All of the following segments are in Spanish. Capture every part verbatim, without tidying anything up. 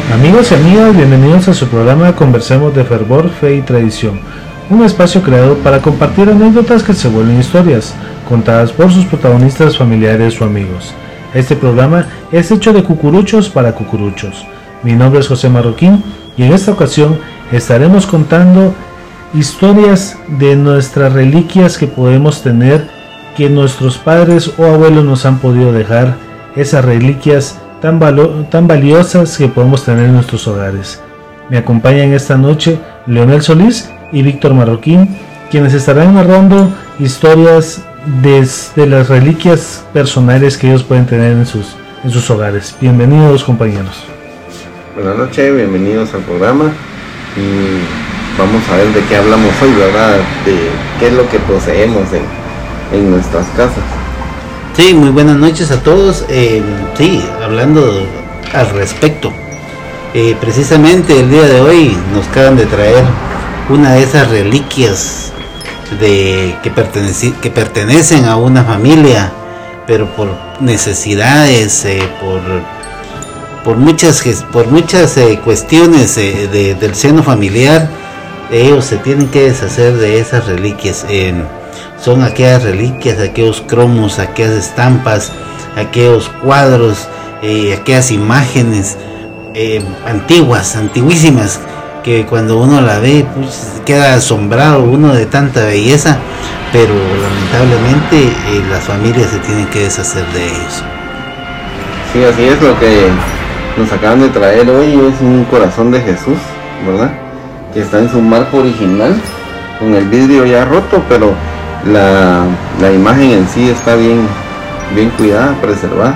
Amigos y amigas, bienvenidos a su programa Conversemos de Fervor, Fe y Tradición, un espacio creado para compartir anécdotas que se vuelven historias, contadas por sus protagonistas familiares o amigos. Este programa es hecho de cucuruchos para cucuruchos. Mi nombre es José Marroquín y en esta ocasión estaremos contando historias de nuestras reliquias que podemos tener, que nuestros padres o abuelos nos han podido dejar, esas reliquias tan, valo- tan valiosas que podemos tener en nuestros hogares. Me acompañan esta noche Leonel Solís y Víctor Marroquín, quienes estarán narrando historias de, de las reliquias personales que ellos pueden tener en sus, en sus hogares. Bienvenidos, compañeros. Buenas noches, bienvenidos al programa y vamos a ver de qué hablamos hoy, ¿verdad? De qué es lo que poseemos en, en nuestras casas. Sí, muy buenas noches a todos. Eh, sí, hablando al respecto, eh, precisamente el día de hoy nos acaban de traer una de esas reliquias de que, perteneci- que pertenecen a una familia, pero por necesidades, eh, por por muchas por muchas eh, cuestiones eh, de, del seno familiar, ellos se tienen que deshacer de esas reliquias. Eh, son aquellas reliquias, aquellos cromos, aquellas estampas, aquellos cuadros, eh, aquellas imágenes eh, antiguas, antiguísimas, que cuando uno la ve, pues, queda asombrado uno de tanta belleza, pero lamentablemente eh, las familias se tienen que deshacer de ellos. Sí, así es. Lo que nos acaban de traer hoy es un corazón de Jesús, ¿verdad? Que está en su marco original, con el vidrio ya roto, pero la, la imagen en sí está bien, bien cuidada, preservada.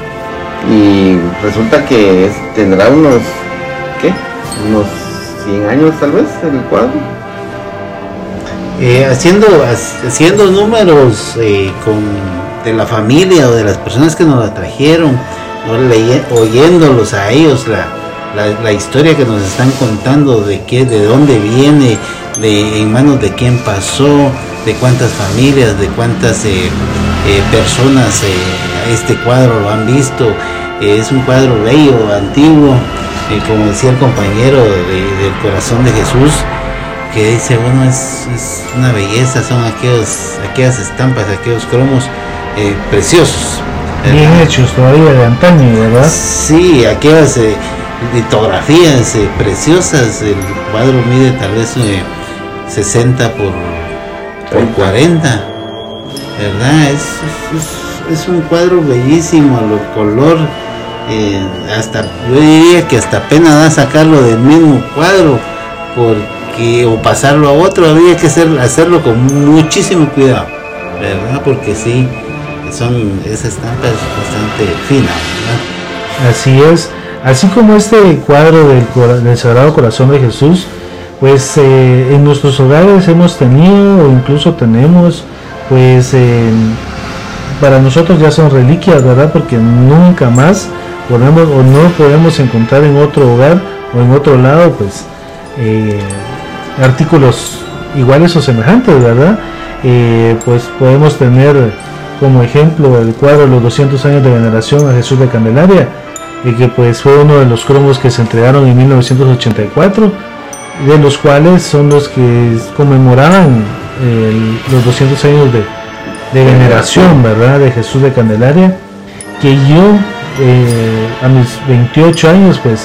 Y resulta que es, tendrá unos, ¿qué? Unos cien años tal vez el cuadro. Eh, haciendo haciendo números eh, con de la familia o de las personas que nos la trajeron, ¿no? Leye, oyéndolos a ellos, la, la, la historia que nos están contando de qué, de dónde viene, de en manos de quién pasó, de cuántas familias, de cuántas eh, eh, personas eh, este cuadro lo han visto. Eh, es un cuadro bello, antiguo, eh, como decía el compañero de, del corazón de Jesús, que dice, bueno, es, es una belleza, son aquellos, aquellas estampas, aquellos cromos eh, preciosos, ¿verdad? Bien hechos todavía de antaño, ¿verdad? Sí, aquellas eh, litografías eh, preciosas. El cuadro mide tal vez eh, sesenta por cuarenta, ¿verdad? Es, es, es un cuadro bellísimo, el color, eh, hasta yo diría que hasta pena da sacarlo del mismo cuadro, porque o pasarlo a otro, habría que hacer, hacerlo con muchísimo cuidado, ¿verdad? Porque sí, son, esa estampa es bastante fina, ¿verdad? Así es, así como este cuadro del, del Sagrado Corazón de Jesús, pues eh, en nuestros hogares hemos tenido o incluso tenemos, pues eh, para nosotros ya son reliquias, ¿verdad? Porque nunca más podemos o no podemos encontrar en otro hogar o en otro lado, pues eh, artículos iguales o semejantes, ¿verdad? Eh, pues podemos tener como ejemplo el cuadro Los doscientos años de veneración a Jesús de Candelaria, eh, que pues fue uno de los cromos que se entregaron en mil novecientos ochenta y cuatro, de los cuales son los que conmemoraban el, los doscientos años de, de veneración, ¿verdad?, de Jesús de Candelaria, que yo eh, a mis veintiocho años, pues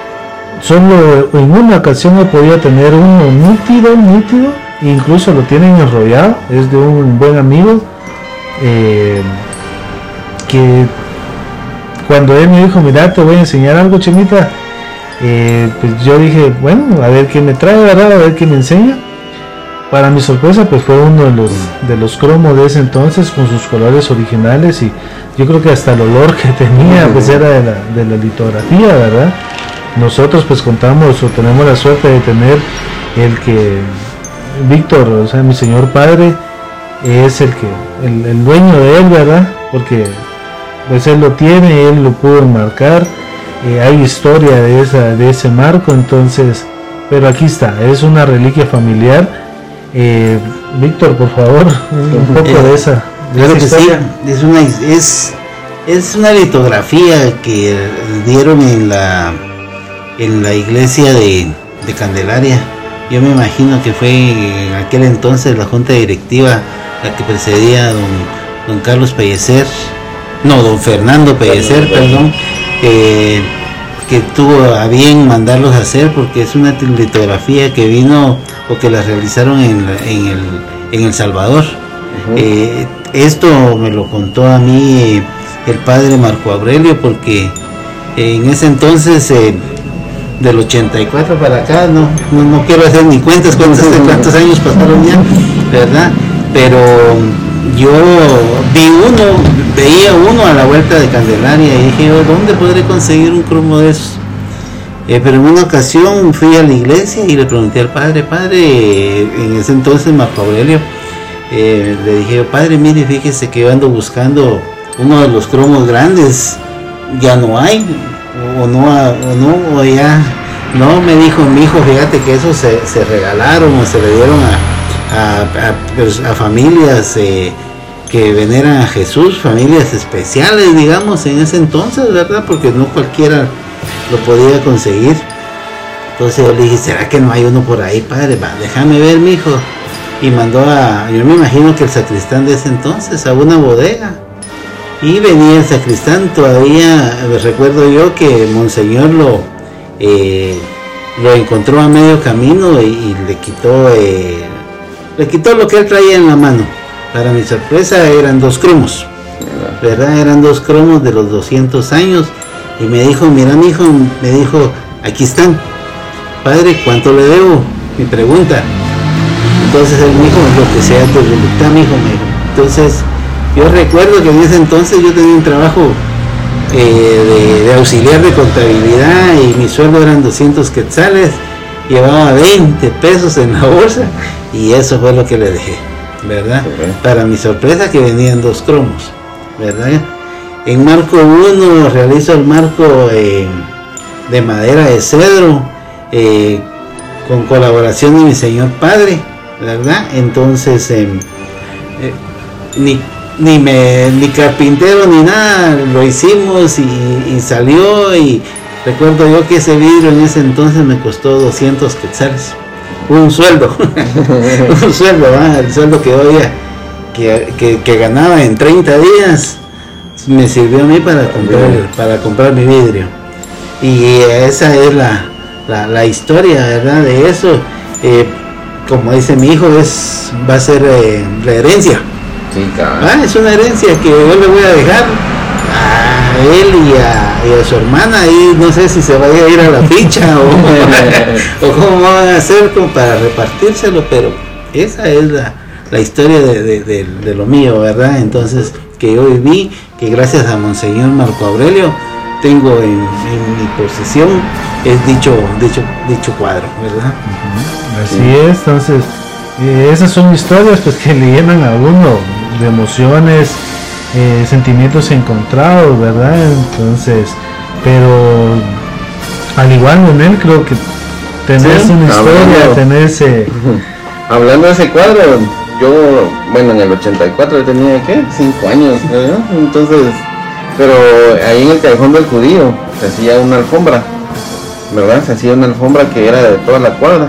solo en una ocasión he podido tener uno nítido, nítido, incluso lo tienen enrollado, es de un buen amigo, eh, que cuando él me dijo, mira, te voy a enseñar algo, Chemita, Eh, pues yo dije, bueno, a ver qué me trae, ¿verdad? A ver qué me enseña. Para mi sorpresa, pues fue uno de los de los cromos de ese entonces, con sus colores originales, y yo creo que hasta el olor que tenía pues era de la, de la litografía, ¿verdad? Nosotros pues contamos o tenemos la suerte de tener el que Víctor, o sea, mi señor padre, es el que el, el dueño de él, ¿verdad? Porque pues él lo tiene, él lo pudo enmarcar. Eh, hay historia de esa de ese marco, entonces, pero aquí está, es una reliquia familiar. eh, Víctor, por favor, un poco eh, de esa, de claro esa que historia. sí, es una es es una litografía que dieron en la en la iglesia de, de Candelaria. Yo me imagino que fue en aquel entonces la junta directiva la que precedía a don, don Carlos Pellecer, no, don Fernando Pellecer, perdón, eh, que tuvo a bien mandarlos a hacer, porque es una litografía que vino o que la realizaron en, en, el, en El Salvador. Uh-huh. eh, esto me lo contó a mí eh, el padre Marco Aurelio, porque eh, en ese entonces eh, del ochenta y cuatro para acá, no, no, no quiero hacer ni cuentas cuántos, cuántos años pasaron ya, ¿verdad? Pero yo vi uno, veía uno a la vuelta de Candelaria y dije, ¿dónde podré conseguir un cromo de esos? Eh, pero en una ocasión fui a la iglesia y le pregunté al padre, padre, en ese entonces Marco Aurelio, eh, le dije, padre, mire, fíjese que yo ando buscando uno de los cromos grandes, ya no hay, o no, o no, o ya, no, me dijo mi hijo, fíjate que esos se, se regalaron o se le dieron a, a, a, a familias eh, que veneran a Jesús, familias especiales, digamos, en ese entonces, ¿verdad? Porque no cualquiera lo podía conseguir. Entonces yo le dije, ¿será que no hay uno por ahí, padre? Va, déjame ver, mi hijo. Y mandó a, yo me imagino que el sacristán de ese entonces, a una bodega. Y venía el sacristán, todavía recuerdo yo que Monseñor lo, eh, lo encontró a medio camino y, y le quitó eh, le quitó lo que él traía en la mano. Para mi sorpresa eran dos cromos, ¿verdad? Eran dos cromos de los doscientos años. Y me dijo, mira mi hijo, me dijo, aquí están. Padre, ¿cuánto le debo? Mi pregunta. Entonces él me dijo, lo que sea tu voluntad, mi hijo, me dijo. Entonces, yo recuerdo que en ese entonces yo tenía un trabajo eh, de, de auxiliar de contabilidad y mi sueldo eran doscientos quetzales, llevaba veinte pesos en la bolsa y eso fue lo que le dejé, ¿verdad? Okay. Para mi sorpresa que venían dos cromos, ¿verdad? En marco uno realizo el marco eh, de madera de cedro eh, con colaboración de mi señor padre, ¿verdad? Entonces eh, eh, ni ni me ni carpintero ni nada, lo hicimos y, y salió. Y recuerdo yo que ese vidrio en ese entonces me costó doscientos quetzales, un sueldo un sueldo, ¿verdad? El sueldo que hoy que, que, que ganaba en treinta días me sirvió a mí para comprar para comprar mi vidrio. Y esa es la, la, la historia, ¿verdad? De eso. Eh, como dice mi hijo, es va a ser eh, la herencia. Sí, ah, es una herencia que yo le voy a dejar a él y a, y a su hermana, y no sé si se vaya a ir a la ficha o, o cómo van a hacer como para repartírselo, pero esa es la, la historia de, de, de, de lo mío, ¿verdad? Entonces, que yo viví, que gracias a Monseñor Marco Aurelio tengo en, en mi posesión es dicho dicho dicho cuadro, ¿verdad? Uh-huh. Así sí. Es, entonces eh, esas son historias pues que le llenan a uno de emociones, eh, sentimientos encontrados, ¿verdad? Entonces, pero al igual en él creo que tenés sí, una historia, tenés eh... hablando de ese cuadro, yo, bueno, en el ochenta y cuatro yo tenía, ¿qué? cinco años, ¿verdad? Entonces, pero ahí en el Callejón del Judío se hacía una alfombra, ¿verdad? Se hacía una alfombra que era de toda la cuadra,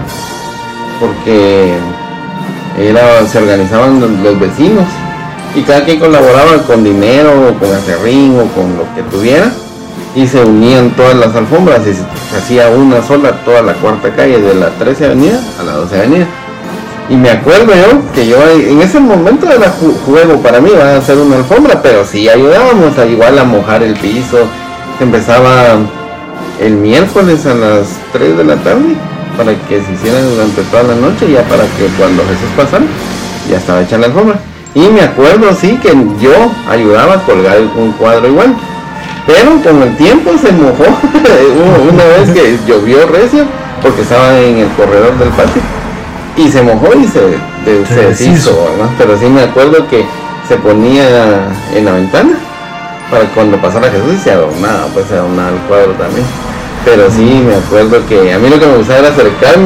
porque era, se organizaban los vecinos y cada quien colaboraba con dinero o con acerrín o con lo que tuviera y se unían todas las alfombras y se hacía una sola toda la cuarta calle, de la trece avenida a la doce avenida. Y me acuerdo yo que yo en ese momento era ju- juego para mí, iba a hacer una alfombra, pero sí ayudábamos a igual a mojar el piso. Empezaba el miércoles a las tres de la tarde para que se hiciera durante toda la noche, ya para que cuando Jesús pasara ya estaba hecha la alfombra. Y me acuerdo sí que yo ayudaba a colgar un cuadro igual, pero con el tiempo se mojó una vez que llovió recio porque estaba en el corredor del patio y se mojó y se, de, se deshizo, ¿no? Pero sí me acuerdo que se ponía en la ventana para cuando pasara Jesús y se adornaba, pues se adornaba el cuadro también. Pero sí me acuerdo que a mí lo que me gustaba era acercarme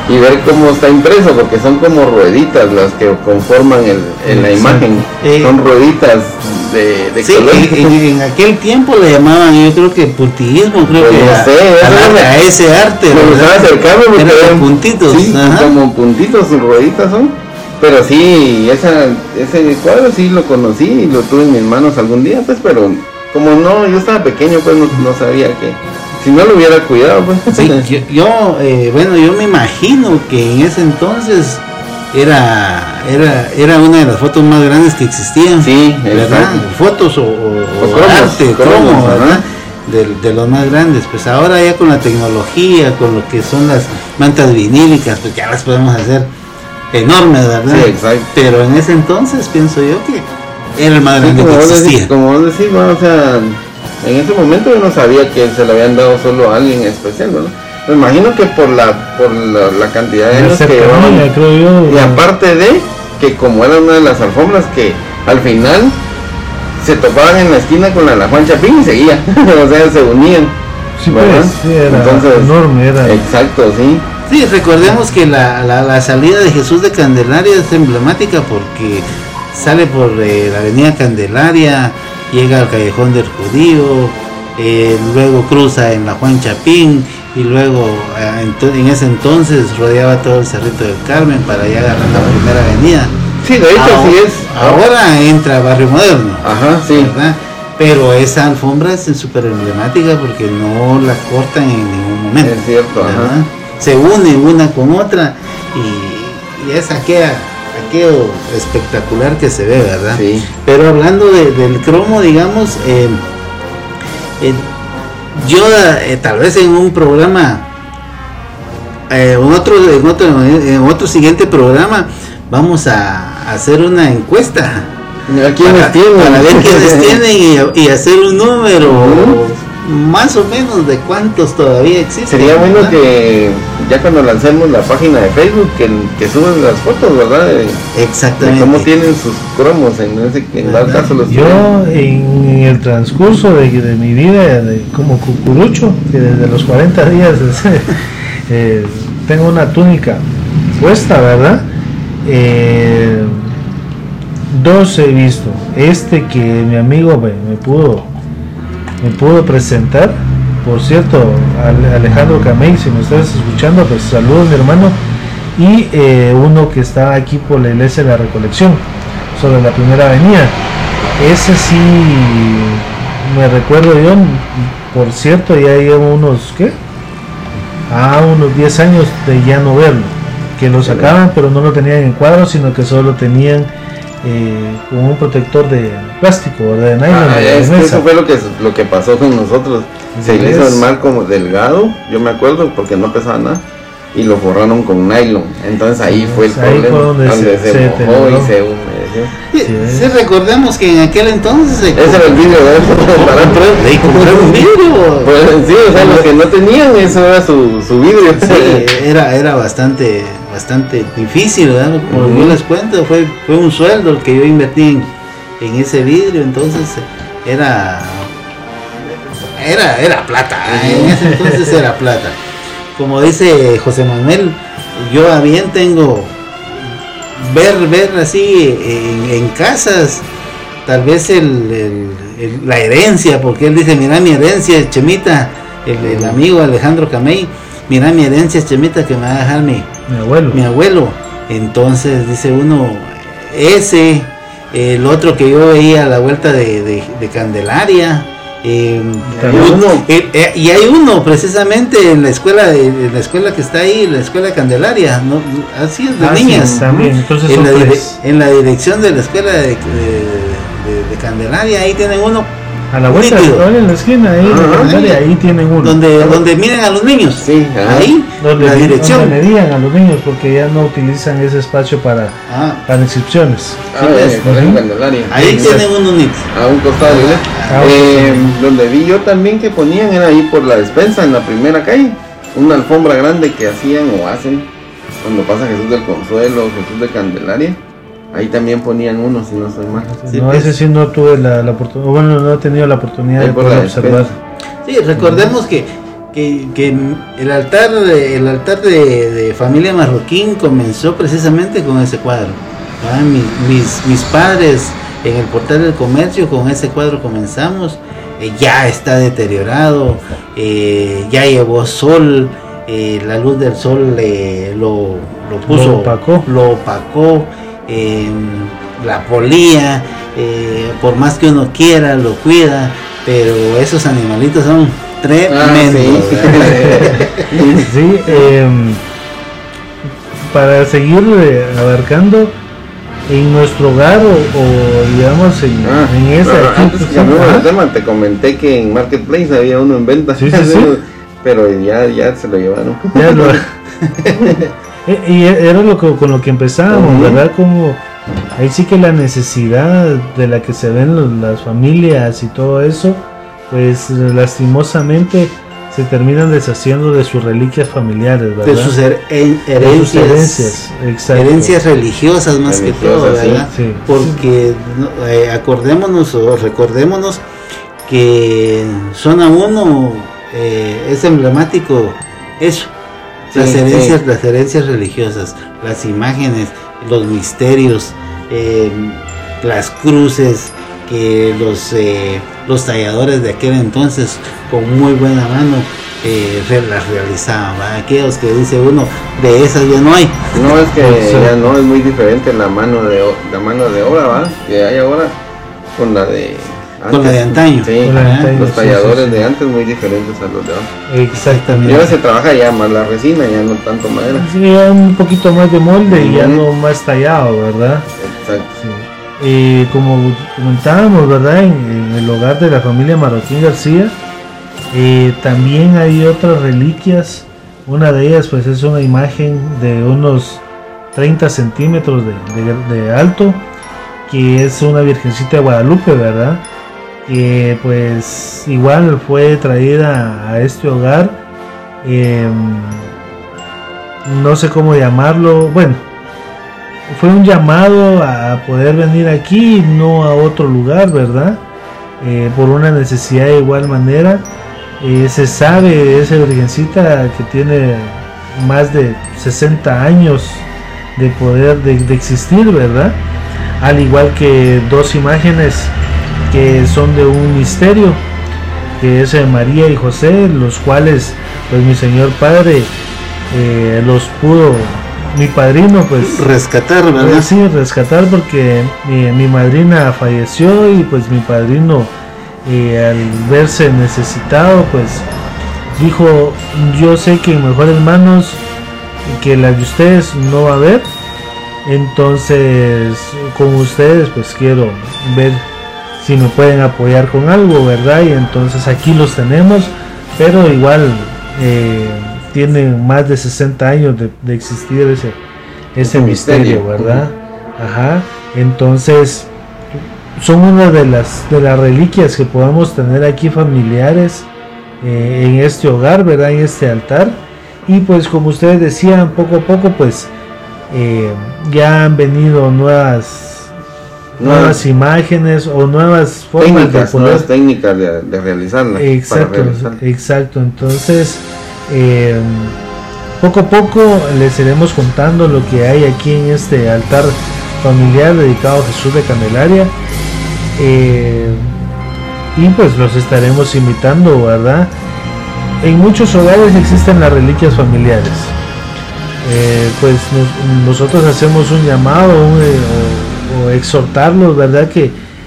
y ver cómo está impreso, porque son como rueditas las que conforman el, en la imagen, eh, son rueditas de, de sí, color. En, en, en aquel tiempo le llamaban, yo creo que puntillismo, creo pues que no a, sé, a, me, a ese arte. Me gustaba acercarme porque eran eran puntitos, sí, como puntitos, sus rueditas son. Pero sí, esa, ese cuadro sí lo conocí y lo tuve en mis manos algún día, pues, pero como no, yo estaba pequeño, pues no, no sabía que, si no lo hubiera cuidado, pues. Sí, yo, yo eh, bueno, yo me imagino que en ese entonces era, era, era una de las fotos más grandes que existían. Sí, ¿verdad? exacto. Fotos o, o, o cromos, arte, cromos, cromo, ¿verdad? Ajá. De, de los más grandes. Pues ahora ya con la tecnología, con lo que son las mantas vinílicas, pues ya las podemos hacer enormes, ¿verdad? Sí, exacto. Pero en ese entonces pienso yo que era el más Sí, grande como que vos existía. decís, como vos decís, bueno, o sea, en ese momento yo no sabía que se lo habían dado solo a alguien especial, ¿verdad? Me imagino que por la por la, la cantidad de años que llevaban, creo yo, y aparte de que como era una de las alfombras que al final se topaban en la esquina con la de la Juan Chapín y seguía, o sea, se unían. Sí, pues, sí, era entonces, enorme, era. Exacto, sí. Sí, recordemos que la, la, la salida de Jesús de Candelaria es emblemática porque sale por eh, la avenida Candelaria, llega al callejón del Judío, eh, luego cruza en la Juan Chapín y luego eh, en, en ese entonces rodeaba todo el Cerrito del Carmen para allá agarrar la primera avenida. Sí, de hecho ahora, sí es. Ahora entra a Barrio Moderno. Ajá, sí. ¿Verdad? Pero esa alfombra es súper emblemática porque no la cortan en ningún momento. Es cierto, ¿verdad? ajá. Se une una con otra y, y es aquella, aquello espectacular que se ve, ¿verdad? Sí. Pero hablando de, del cromo, digamos, eh, eh, yo eh, tal vez en un programa, eh, en, otro, en, otro, en otro siguiente programa, vamos a hacer una encuesta. ¿A quiénes para, tienen? para ver quiénes tienen y, y hacer un número uh-huh. más o menos de cuántos todavía existen. Sería bueno, ¿verdad? Que ya cuando lancemos la página de Facebook que, que suban las fotos, ¿verdad? De, exactamente. De cómo tienen sus cromos en ese en tal caso los yo en, en el transcurso de, de mi vida de, como cucurucho, que desde los cuarenta días eh, tengo una túnica puesta, ¿verdad? Eh, dos he visto. Este que mi amigo me, me pudo me pudo presentar, por cierto, Alejandro Camey, si me estás escuchando, pues saludos, mi hermano. Y eh, uno que está aquí por la iglesia de la Recolección, sobre la primera avenida. Ese sí me recuerdo yo, por cierto, ya llevo unos, ¿qué? Ah, unos diez años de ya no verlo, que lo sacaban pero no lo tenían en cuadro, sino que solo tenían eh, como un protector de plástico, de nylon. Ah, de es que eso fue lo que lo que pasó con nosotros. Se le hizo el marco delgado, yo me acuerdo, porque no pesaba nada, y lo forraron con nylon. Entonces ahí fue el ahí problema, fue donde, donde se, se, se mojó se y se humedeció. Sí, sí. sí, recordemos que en aquel entonces se ese era el vidrio de eso para de comprar un vidrio. Pues sí, o sea, los que no tenían, eso era su, su vidrio. Sí, era, era bastante bastante difícil, ¿verdad? Como uh-huh. yo les cuento, fue, fue un sueldo el que yo invertí en, en ese vidrio, entonces era era, era plata, uh-huh. en ese entonces era plata. Como dice José Manuel, yo bien tengo ver ver así en, en casas, tal vez el, el, el, la herencia, porque él dice, mira mi herencia, Chemita, el, el amigo Alejandro Camey, mira mi herencia, Chemita, que me va a dejar mi, mi abuelo. Mi abuelo. Entonces dice uno, ese, el otro que yo veía a la vuelta de, de, de Candelaria. Eh, uno, eh, eh, y hay uno precisamente en la escuela de, en la escuela que está ahí, la escuela de Candelaria, ¿no? Así es, de ah, niñas, sí, también. Entonces en, la dire, tres. en la dirección de la escuela de, de, de, de Candelaria, ahí tienen uno a la vuelta en la esquina, ahí, ah, Candelaria, ahí tienen uno donde, donde miran a los niños, sí, ahí donde la dirección donde medían a los niños, porque ya no utilizan ese espacio para, ah. para inscripciones. Ah, sí, pues, uh-huh. Candelaria. Ahí sí, tienen uno unito a un costado de ah, eh, donde vi yo también que ponían era ahí por la despensa en la primera calle, una alfombra grande que hacían o hacen cuando pasa Jesús del Consuelo, Jesús de Candelaria. Ahí también ponían uno, si no soy mal. Sí, no, ese sí no tuve la, la oportunidad, bueno, no he tenido la oportunidad de poder observar. Sí, recordemos que que, que el altar, el altar de, de familia Marroquín comenzó precisamente con ese cuadro. Mi, mis, mis padres en el portal del comercio con ese cuadro comenzamos. Eh, ya está deteriorado, eh, ya llevó sol, eh, la luz del sol eh, lo, lo puso, lo opacó, lo opacó eh, la polía, eh, por más que uno quiera lo cuida, pero esos animalitos son tremendos. Ah, sí, sí eh, para seguir eh, abarcando en nuestro hogar o, o digamos en, ah, en esa pero aquí, antes pues, que cambiamos ajá. el tema, te comenté que en Marketplace había uno en venta, sí, sí, sí. pero ya, ya se lo llevaron. Ya lo, y era lo que, con lo que empezábamos, uh-huh. ¿verdad? Como ahí sí que la necesidad de la que se ven los, las familias y todo eso, pues lastimosamente se terminan deshaciendo de sus reliquias familiares, ¿verdad? De sus her en herencias, de sus herencias, exacto. Herencias religiosas más religiosas, que todo, ¿verdad? Sí, sí. Porque eh, acordémonos o recordémonos que Zona uno eh, es emblemático eso, sí, las herencias, sí. las herencias religiosas, las imágenes, los misterios, eh, las cruces que los eh, los talladores de aquel entonces con muy buena mano eh, las realizaban, ¿verdad? Aquellos que dice uno de esas ya no hay. No, es que sí. ya no es muy diferente la mano de la mano de obra, ¿va? Que hay ahora con la de antes. Con la de antaño. Sí, con la de antaño, los talladores sí, sí, sí. de antes muy diferentes a los de ahora. Exactamente. Y ahora se trabaja ya más la resina, ya no tanto madera. Sí, ya un poquito más de molde uh-huh. y ya no más tallado, ¿verdad? Exacto. Sí. Eh, como comentábamos, ¿verdad? En, en el hogar de la familia Marroquín García eh, también hay otras reliquias. Una de ellas pues es una imagen de unos treinta centímetros de, de, de alto, que es una Virgencita de Guadalupe, ¿verdad? Que pues igual fue traída a este hogar, eh, no sé cómo llamarlo, bueno, fue un llamado a poder venir aquí, no a otro lugar, ¿verdad? Eh, por una necesidad de igual manera. Eh, se sabe de esa Virgencita que tiene más de sesenta años de poder de, de existir, ¿verdad? Al igual que dos imágenes que son de un misterio, que es María y José, los cuales pues mi Señor Padre eh, los pudo, mi padrino pues rescatar, ¿verdad? Pues, sí, rescatar porque mi, mi madrina falleció y pues mi padrino eh, al verse necesitado pues dijo, yo sé que en mejores manos que las de ustedes no va a haber, entonces con ustedes pues quiero ver si me pueden apoyar con algo, ¿verdad? Y entonces aquí los tenemos, pero igual eh, tienen más de sesenta años de, de existir ese, ese misterio, misterio, ¿verdad? Ajá, entonces son una de las de las reliquias que podamos tener aquí familiares eh, en este hogar, ¿verdad? En este altar. Y pues como ustedes decían, poco a poco pues eh, ya han venido nuevas nuevas, nuevas imágenes o nuevas formas técnicas, de poder, nuevas técnicas de, de realizarla. Exacto, para realizarla. exacto. Entonces eh, poco a poco les iremos contando lo que hay aquí en este altar familiar dedicado a Jesús de Candelaria. Eh, y pues los estaremos invitando, ¿verdad? En muchos hogares existen las reliquias familiares. Eh, pues nos, nosotros hacemos un llamado un, o, o exhortarlos, ¿verdad? Que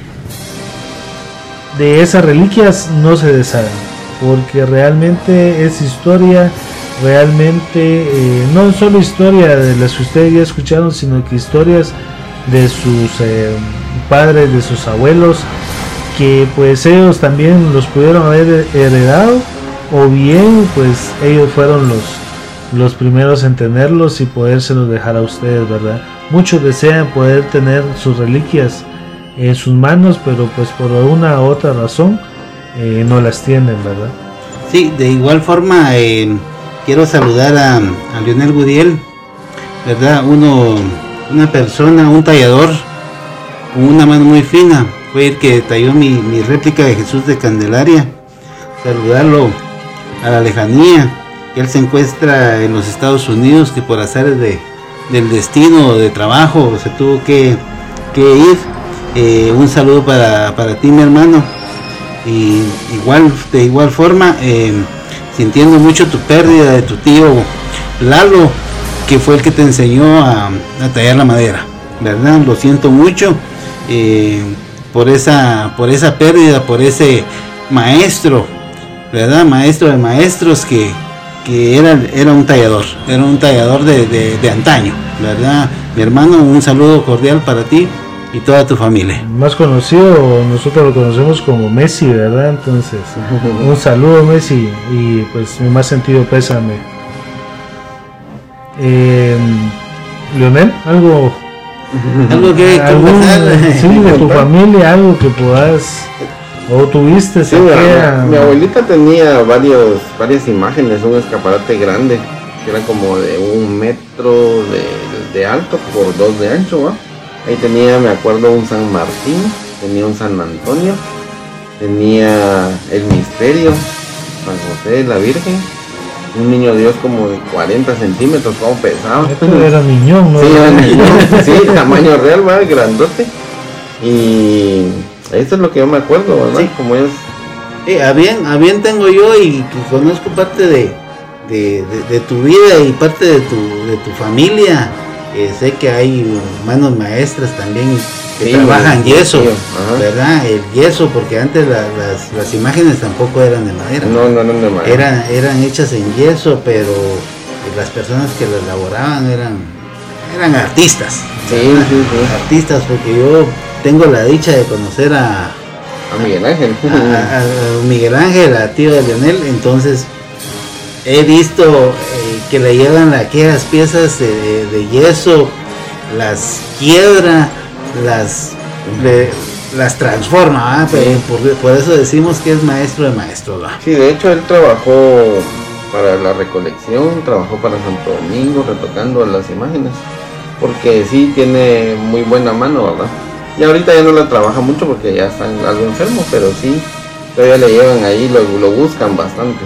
de esas reliquias no se deshagan, porque realmente es historia, realmente eh, no solo historia de las que ustedes ya escucharon, sino que historias de sus eh, padres, de sus abuelos, que pues ellos también los pudieron haber heredado, o bien pues ellos fueron los los primeros en tenerlos y podérselos dejar a ustedes, ¿verdad? Muchos desean poder tener sus reliquias en sus manos, pero pues por una u otra razón eh, no las tienen, ¿verdad? Sí, de igual forma eh, quiero saludar a, a Lionel Gudiel, ¿verdad? Uno, una persona, un tallador con una mano muy fina, fue el que talló mi, mi réplica de Jesús de Candelaria. Saludarlo a la lejanía, que él se encuentra en los Estados Unidos, que por azares de, del destino de trabajo se tuvo que, que ir. Eh, un saludo para, para ti, mi hermano, y igual de igual forma, eh, sintiendo mucho tu pérdida de tu tío Lalo, que fue el que te enseñó a, a tallar la madera, ¿verdad? Lo siento mucho eh, por esa por esa pérdida, por ese maestro, ¿verdad? Maestro de maestros que, que era, era un tallador, era un tallador de, de, de antaño, ¿verdad? Mi hermano, un saludo cordial para ti y toda tu familia. Más conocido, nosotros lo conocemos como Messi, ¿verdad? Entonces, un saludo, Messi, y pues mi más sentido pésame. Eh, Leonel, algo, algo que algún, sí, de tu familia, algo que puedas o tuviste. Sí, mi, mi abuelita tenía varios, varias imágenes, un escaparate grande que era como de un metro de, de alto por dos de ancho, ¿va? Ahí tenía, me acuerdo, un San Martín, tenía un San Antonio, tenía el Misterio, San José, la Virgen, un niño Dios como de cuarenta centímetros, como pesado. Pero era niñón, ¿no? Sí, era niñón, sí, tamaño real, va, grandote. Y eso es lo que yo me acuerdo, ¿verdad? Sí. Como es. Sí, a bien, a bien tengo yo y que conozco parte de, de, de, de tu vida y parte de tu, de tu familia. Eh, sé que hay manos maestras también que sí, trabajan sí, yeso, sí, ¿verdad? El yeso, porque antes la, las, las imágenes tampoco eran de madera. No, no eran de madera. Eran, eran hechas en yeso, pero las personas que las elaboraban eran, eran artistas. Sí, sí, sí. Artistas, porque yo tengo la dicha de conocer a, a Miguel Ángel. A, a, a Miguel Ángel, a tío de Leonel, entonces he visto eh, que le llevan aquellas piezas de, de, de yeso, las quiebra, las le, las transforma, ¿ah? Sí. por, por eso decimos que es maestro de maestros, ¿ah? Sí, de hecho él trabajó para la recolección, trabajó para Santo Domingo retocando las imágenes, porque sí tiene muy buena mano, ¿verdad? Y ahorita ya no la trabaja mucho porque ya está algo enfermo, pero sí todavía le llevan ahí, lo, lo buscan bastante.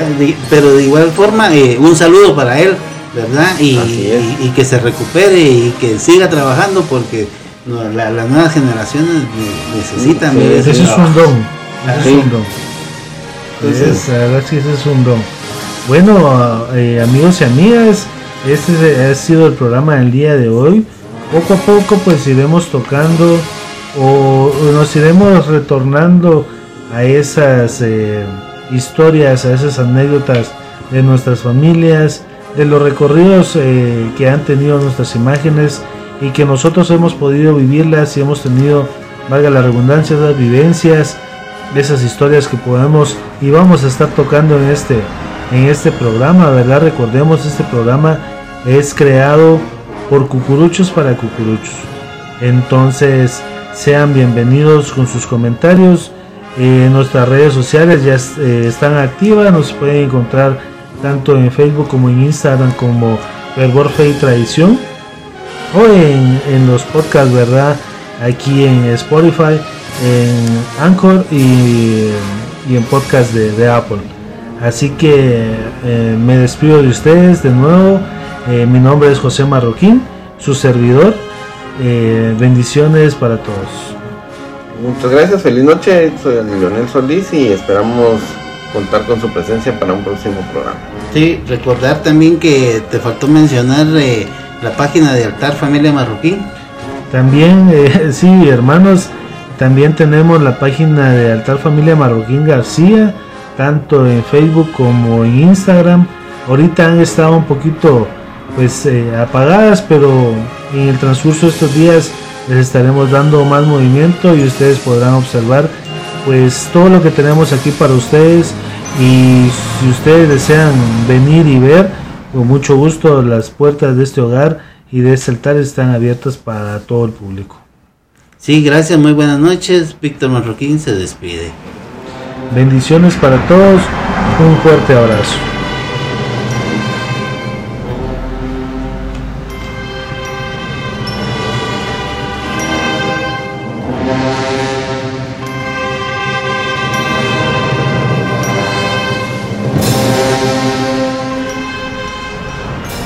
Pero de igual forma, eh, un saludo para él, ¿verdad? Y, y, y que se recupere y que siga trabajando, porque no, la, las nuevas generaciones necesitan. Sí, ese es un don. Ese sí. es un don. Entonces, la verdad es que ese es un don. Bueno, eh, amigos y amigas, este ha sido el programa del día de hoy. Poco a poco pues iremos tocando o, o nos iremos retornando a esas eh, historias, a esas anécdotas de nuestras familias, de los recorridos eh, que han tenido nuestras imágenes y que nosotros hemos podido vivirlas y hemos tenido, valga la redundancia, esas vivencias, esas historias que podemos y vamos a estar tocando en este, en este programa, ¿verdad? Recordemos, este programa es creado por cucuruchos para cucuruchos. Entonces, sean bienvenidos con sus comentarios. Eh, nuestras redes sociales ya eh, están activas, nos pueden encontrar tanto en Facebook como en Instagram como Fervor, Fe y Tradición, o en, en los podcasts, ¿verdad? Aquí en Spotify, en Anchor y, y en podcast de, de Apple. Así que eh, me despido de ustedes de nuevo. Eh, mi nombre es José Marroquín, su servidor. Eh, bendiciones para todos. Muchas gracias, feliz noche, soy Leonel Solís y esperamos contar con su presencia para un próximo programa. Sí, recordar también que te faltó mencionar eh, la página de Altar Familia Marroquín. También, eh, sí, hermanos, también tenemos la página de Altar Familia Marroquín García, tanto en Facebook como en Instagram. Ahorita han estado un poquito pues eh, apagadas, pero en el transcurso de estos días les estaremos dando más movimiento y ustedes podrán observar pues todo lo que tenemos aquí para ustedes. Y si ustedes desean venir y ver, con mucho gusto, las puertas de este hogar y de este altar están abiertas para todo el público. Sí, gracias, muy buenas noches. Víctor Marroquín se despide. Bendiciones para todos, un fuerte abrazo.